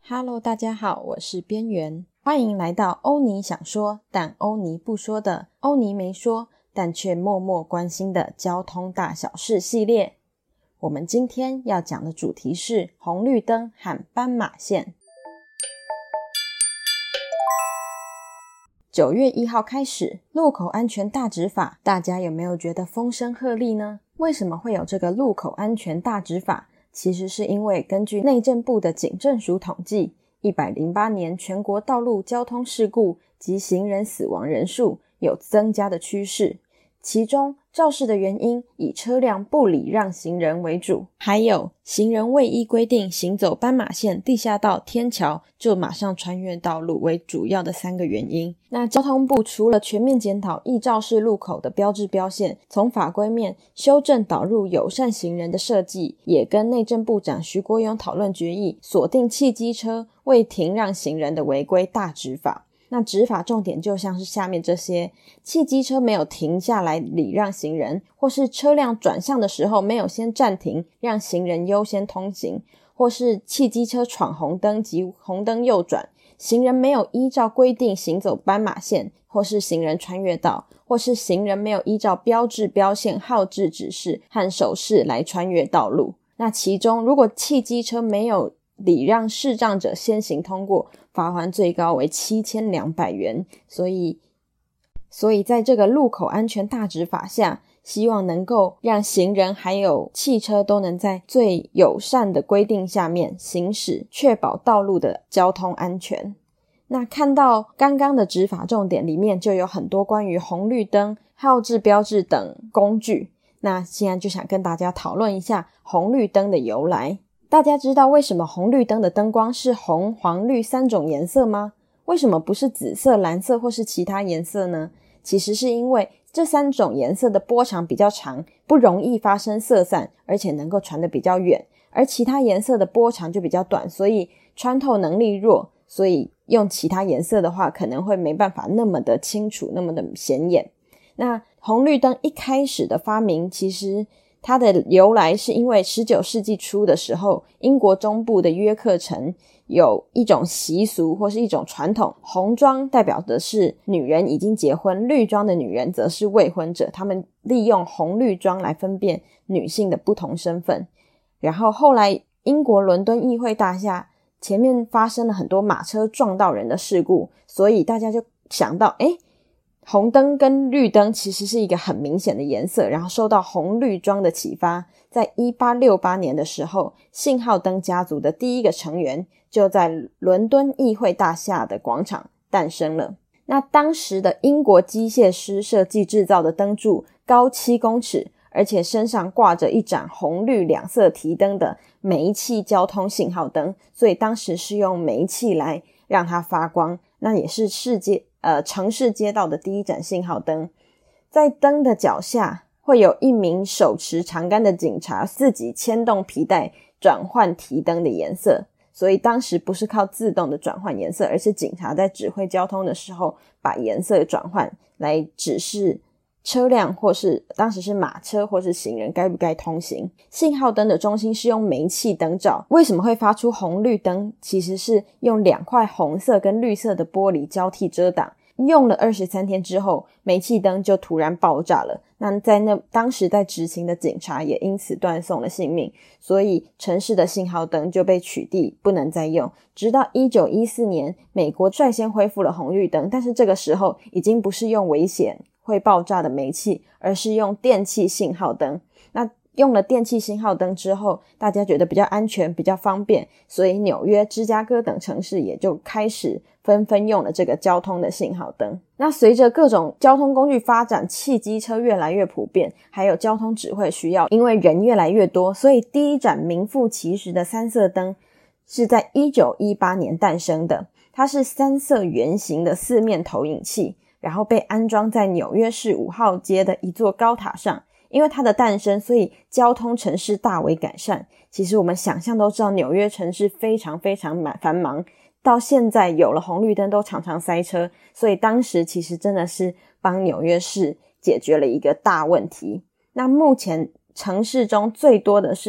Hello， 大家好，我是边缘，欢迎来到欧尼想说但欧尼不说的欧尼没说但却默默关心的交通大小事系列。我们今天要讲的主题是红绿灯和斑马线。9月1号开始，路口安全大执法，大家有没有觉得风声鹤唳呢？为什么会有这个路口安全大执法？其实是因为根据内政部的警政署统计，108年全国道路交通事故及行人死亡人数有增加的趋势，其中肇事的原因以车辆不礼让行人为主，还有行人未依规定行走斑马线、地下道、天桥就马上穿越道路为主要的3个原因。那交通部除了全面检讨易肇事路口的标志标线，从法规面修正导入友善行人的设计，也跟内政部长徐国勇讨论决议，锁定汽机车未停让行人的违规大执法。那执法重点就像是下面这些：汽机车没有停下来礼让行人，或是车辆转向的时候没有先暂停让行人优先通行，或是汽机车闯红灯及红灯右转，行人没有依照规定行走斑马线，或是行人穿越道，或是行人没有依照标志标线号志指示和手势来穿越道路。那其中如果汽机车没有礼让视障者先行通过，罚锾最高为7200元。所以在这个路口安全大执法下，希望能够让行人还有汽车都能在最友善的规定下面行驶，确保道路的交通安全。那看到刚刚的执法重点里面就有很多关于红绿灯、号志标志等工具，那现在就想跟大家讨论一下红绿灯的由来。大家知道为什么红绿灯的灯光是红、黄、绿3种颜色吗？为什么不是紫色、蓝色或是其他颜色呢？其实是因为这3种颜色的波长比较长，不容易发生色散，而且能够传得比较远，而其他颜色的波长就比较短，所以穿透能力弱，所以用其他颜色的话可能会没办法那么的清楚，那么的显眼。那红绿灯一开始的发明，其实它的由来是因为19世纪初的时候，英国中部的约克城有一种习俗或是一种传统，红装代表的是女人已经结婚，绿装的女人则是未婚者，他们利用红绿装来分辨女性的不同身份。然后后来英国伦敦议会大厦前面发生了很多马车撞到人的事故，所以大家就想到红灯跟绿灯其实是一个很明显的颜色，然后受到红绿装的启发，在1868年的时候，信号灯家族的第一个成员就在伦敦议会大厦的广场诞生了。那当时的英国机械师设计制造的灯柱高7公尺，而且身上挂着一盏红绿2色提灯的煤气交通信号灯，所以当时是用煤气来让它发光，那也是城市街道的第一盏信号灯。在灯的脚下会有一名手持长杆的警察自己牵动皮带转换提灯的颜色，所以当时不是靠自动的转换颜色，而是警察在指挥交通的时候把颜色转换来指示车辆或是当时是马车或是行人该不该通行。信号灯的中心是用煤气灯罩，为什么会发出红绿灯？其实是用2块红色跟绿色的玻璃交替遮挡，用了23天之后，煤气灯就突然爆炸了。那当时在执勤的警察也因此断送了性命，所以城市的信号灯就被取缔，不能再用。直到1914年，美国率先恢复了红绿灯，但是这个时候已经不是用危险会爆炸的煤气，而是用电气信号灯。那用了电气信号灯之后，大家觉得比较安全比较方便，所以纽约、芝加哥等城市也就开始纷纷用了这个交通的信号灯。那随着各种交通工具发展，汽机车越来越普遍，还有交通指挥需要，因为人越来越多，所以第一盏名副其实的3色灯是在1918年诞生的。它是3色圆形的4面投影器，然后被安装在纽约市5号街的一座高塔上。因为它的诞生，所以交通城市大为改善。其实我们想象都知道，纽约城市非常非常繁忙，到现在有了红绿灯都常常塞车，所以当时其实真的是帮纽约市解决了一个大问题。那目前城市中最多的是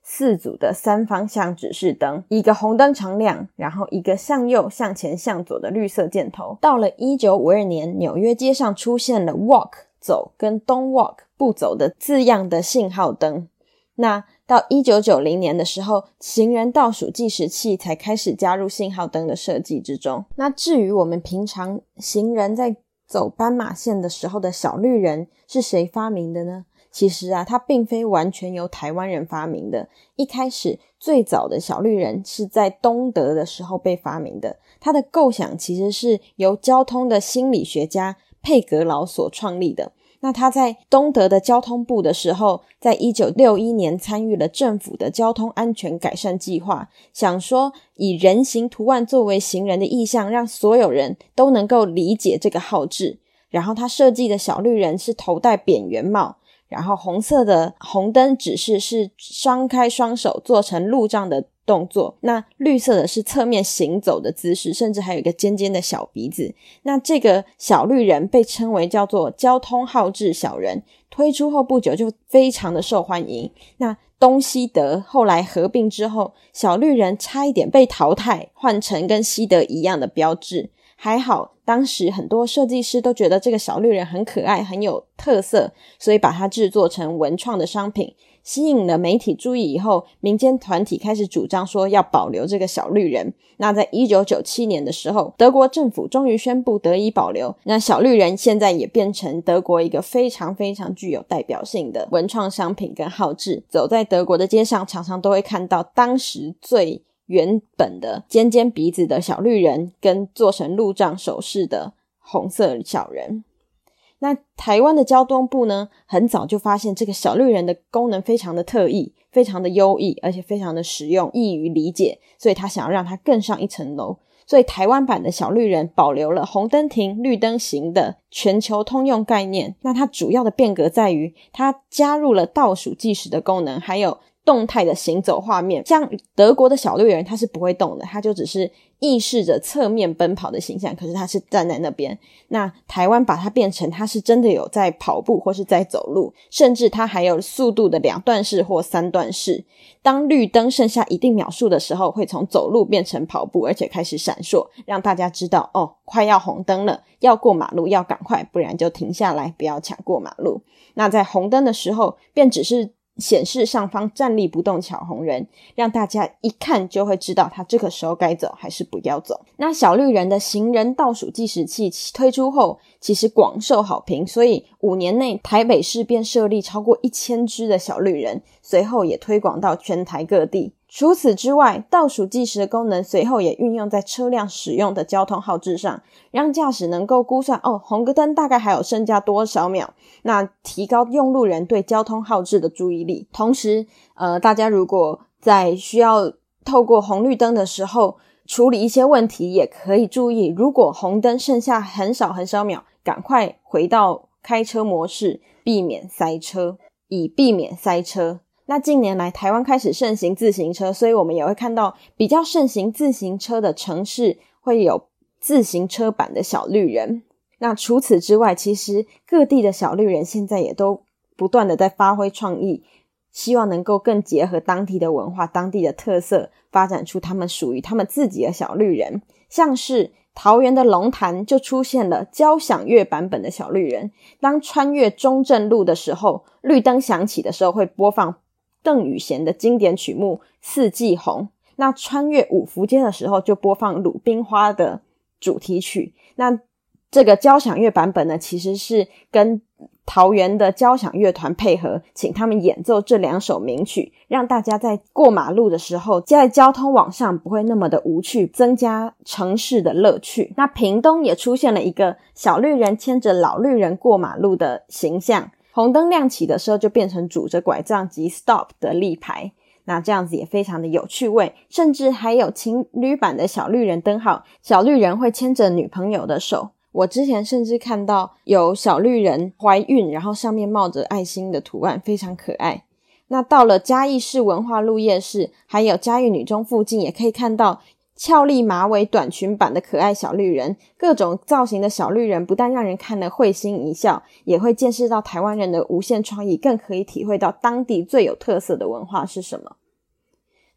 4组的3方向指示灯，一个红灯常亮，然后一个向右、向前、向左的绿色箭头。到了1952年，纽约街上出现了 walk 走跟 don't walk 不走的字样的信号灯。那到1990年的时候，行人倒数计时器才开始加入信号灯的设计之中。那至于我们平常行人在走斑马线的时候的小绿人是谁发明的呢？其实它并非完全由台湾人发明的。一开始最早的小绿人是在东德的时候被发明的，它的构想其实是由交通的心理学家佩格劳所创立的。那他在东德的交通部的时候，在1961年参与了政府的交通安全改善计划，想说以人形图案作为行人的意象，让所有人都能够理解这个号志。然后他设计的小绿人是头戴扁圆帽，然后红色的红灯指示是张开双手做成路障的动作，那绿色的是侧面行走的姿势，甚至还有一个尖尖的小鼻子。那这个小绿人被称为叫做交通号志小人，推出后不久就非常的受欢迎。那东西德后来合并之后，小绿人差一点被淘汰，换成跟西德一样的标志。还好当时很多设计师都觉得这个小绿人很可爱，很有特色，所以把它制作成文创的商品，吸引了媒体注意以后，民间团体开始主张说要保留这个小绿人。那在1997年的时候，德国政府终于宣布得以保留，那小绿人现在也变成德国一个非常非常具有代表性的文创商品跟号志。走在德国的街上，常常都会看到当时最原本的尖尖鼻子的小绿人跟做成路障手势的红色小人。那台湾的交通部呢，很早就发现这个小绿人的功能非常的特异，非常的优异，而且非常的实用，易于理解，所以他想要让它更上一层楼。所以台湾版的小绿人保留了红灯停绿灯行的全球通用概念。那它主要的变革在于它加入了倒数计时的功能，还有动态的行走画面。像德国的小绿人它是不会动的，它就只是意识着侧面奔跑的形象，可是它是站在那边。那台湾把它变成它是真的有在跑步或是在走路，甚至它还有速度的2段式或3段式。当绿灯剩下一定秒数的时候，会从走路变成跑步，而且开始闪烁，让大家知道快要红灯了，要过马路要赶快，不然就停下来，不要抢过马路。那在红灯的时候便只是显示上方站立不动抢红人，让大家一看就会知道他这个时候该走还是不要走。那小绿人的行人倒数计时器推出后，其实广受好评，所以5年内台北市便设立超过1000只的小绿人，随后也推广到全台各地。除此之外，倒数计时的功能随后也运用在车辆使用的交通号志上，让驾驶能够估算红灯大概还有剩下多少秒，那提高用路人对交通号志的注意力。同时大家如果在需要透过红绿灯的时候处理一些问题，也可以注意，如果红灯剩下很少很少秒，赶快回到开车模式，避免塞车，以避免塞车。那近年来台湾开始盛行自行车，所以我们也会看到比较盛行自行车的城市会有自行车版的小绿人。那除此之外，其实各地的小绿人现在也都不断的在发挥创意，希望能够更结合当地的文化、当地的特色，发展出他们属于他们自己的小绿人。像是桃园的龙潭就出现了交响乐版本的小绿人，当穿越中正路的时候，绿灯响起的时候会播放邓雨贤的经典曲目《四季红》，那穿越五福街的时候就播放鲁冰花的主题曲。那这个交响乐版本呢，其实是跟桃园的交响乐团配合，请他们演奏这2首名曲，让大家在过马路的时候，在交通网上不会那么的无趣，增加城市的乐趣。那屏东也出现了一个小绿人牵着老绿人过马路的形象，红灯亮起的时候就变成拄着拐杖及 stop 的立牌，那这样子也非常的有趣味。甚至还有情侣版的小绿人灯号，小绿人会牵着女朋友的手。我之前甚至看到有小绿人怀孕，然后上面冒着爱心的图案，非常可爱。那到了嘉义市文化路夜市，还有嘉义女中附近，也可以看到俏丽马尾短裙版的可爱小绿人。各种造型的小绿人不但让人看了会心一笑，也会见识到台湾人的无限创意，更可以体会到当地最有特色的文化是什么。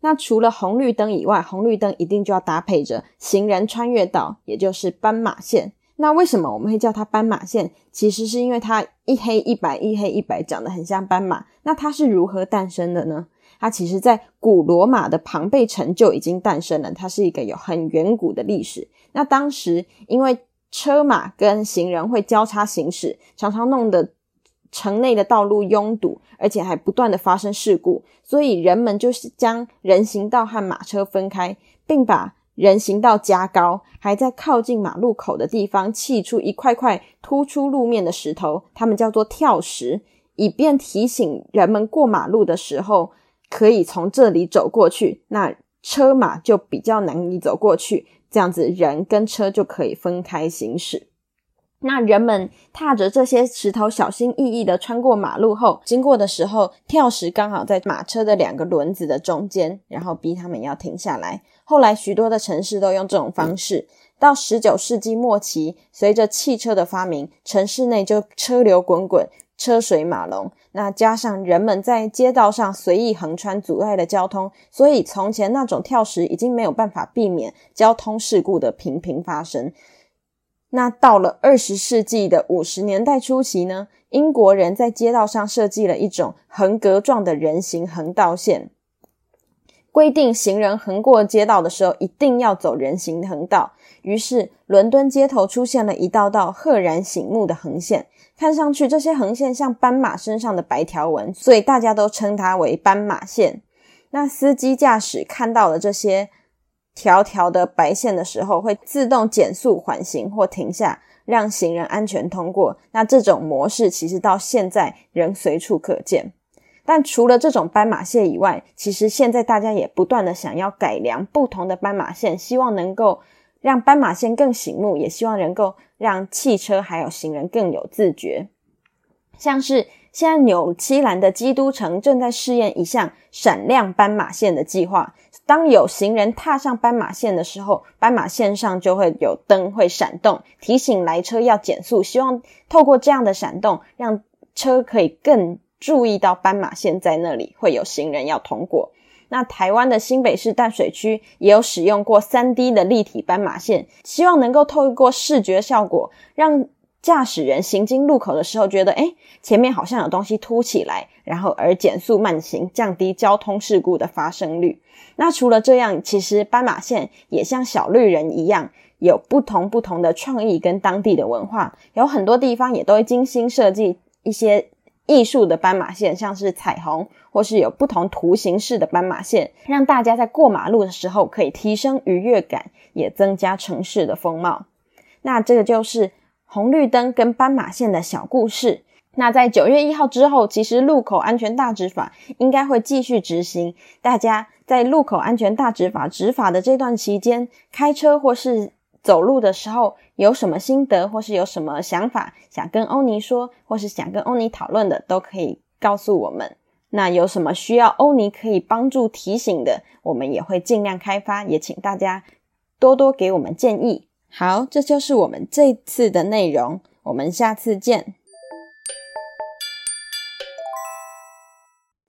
那除了红绿灯以外，红绿灯一定就要搭配着行人穿越道，也就是斑马线。那为什么我们会叫它斑马线？其实是因为它一黑一白，一黑一白，长得很像斑马。那它是如何诞生的呢？它其实在古罗马的庞贝城就已经诞生了，它是一个有很远古的历史。那当时因为车马跟行人会交叉行驶，常常弄得城内的道路拥堵，而且还不断的发生事故，所以人们就是将人行道和马车分开，并把人行道加高，还在靠近马路口的地方砌出一块块突出路面的石头，它们叫做跳石，以便提醒人们过马路的时候可以从这里走过去，那车马就比较难以走过去，这样子人跟车就可以分开行驶。那人们踏着这些石头小心翼翼的穿过马路后，经过的时候跳石刚好在马车的两个轮子的中间，然后逼他们要停下来。后来许多的城市都用这种方式，到19世纪末期，随着汽车的发明，城市内就车流滚滚，车水马龙，那加上人们在街道上随意横穿，阻碍了交通，所以从前那种跳石已经没有办法避免交通事故的频频发生。那到了20世纪的50年代初期呢，英国人在街道上设计了一种横格状的人行横道线，规定行人横过街道的时候一定要走人行横道。于是伦敦街头出现了一道道赫然醒目的横线，看上去这些横线像斑马身上的白条纹，所以大家都称它为斑马线。那司机驾驶看到了这些条条的白线的时候，会自动减速缓行或停下，让行人安全通过。那这种模式其实到现在仍随处可见。但除了这种斑马线以外，其实现在大家也不断的想要改良不同的斑马线，希望能够让斑马线更醒目，也希望能够让汽车还有行人更有自觉。像是现在纽西兰的基督城正在试验一项闪亮斑马线的计划，当有行人踏上斑马线的时候，斑马线上就会有灯会闪动，提醒来车要减速，希望透过这样的闪动让车可以更注意到斑马线在那里，会有行人要通过。那台湾的新北市淡水区也有使用过 3D 的立体斑马线，希望能够透过视觉效果让驾驶人行经路口的时候觉得前面好像有东西凸起来，然后而减速慢行，降低交通事故的发生率。那除了这样，其实斑马线也像小绿人一样，有不同的创意跟当地的文化，有很多地方也都会精心设计一些艺术的斑马线，像是彩虹或是有不同图形式的斑马线，让大家在过马路的时候可以提升愉悦感，也增加城市的风貌。那这个就是红绿灯跟斑马线的小故事。那在9月1号之后，其实路口安全大执法应该会继续执行，大家在路口安全大执法执法的这段期间，开车或是走路的时候有什么心得，或是有什么想法想跟欧尼说，或是想跟欧尼讨论的，都可以告诉我们。那有什么需要欧尼可以帮助提醒的，我们也会尽量开发，也请大家多多给我们建议。好，这就是我们这次的内容，我们下次见。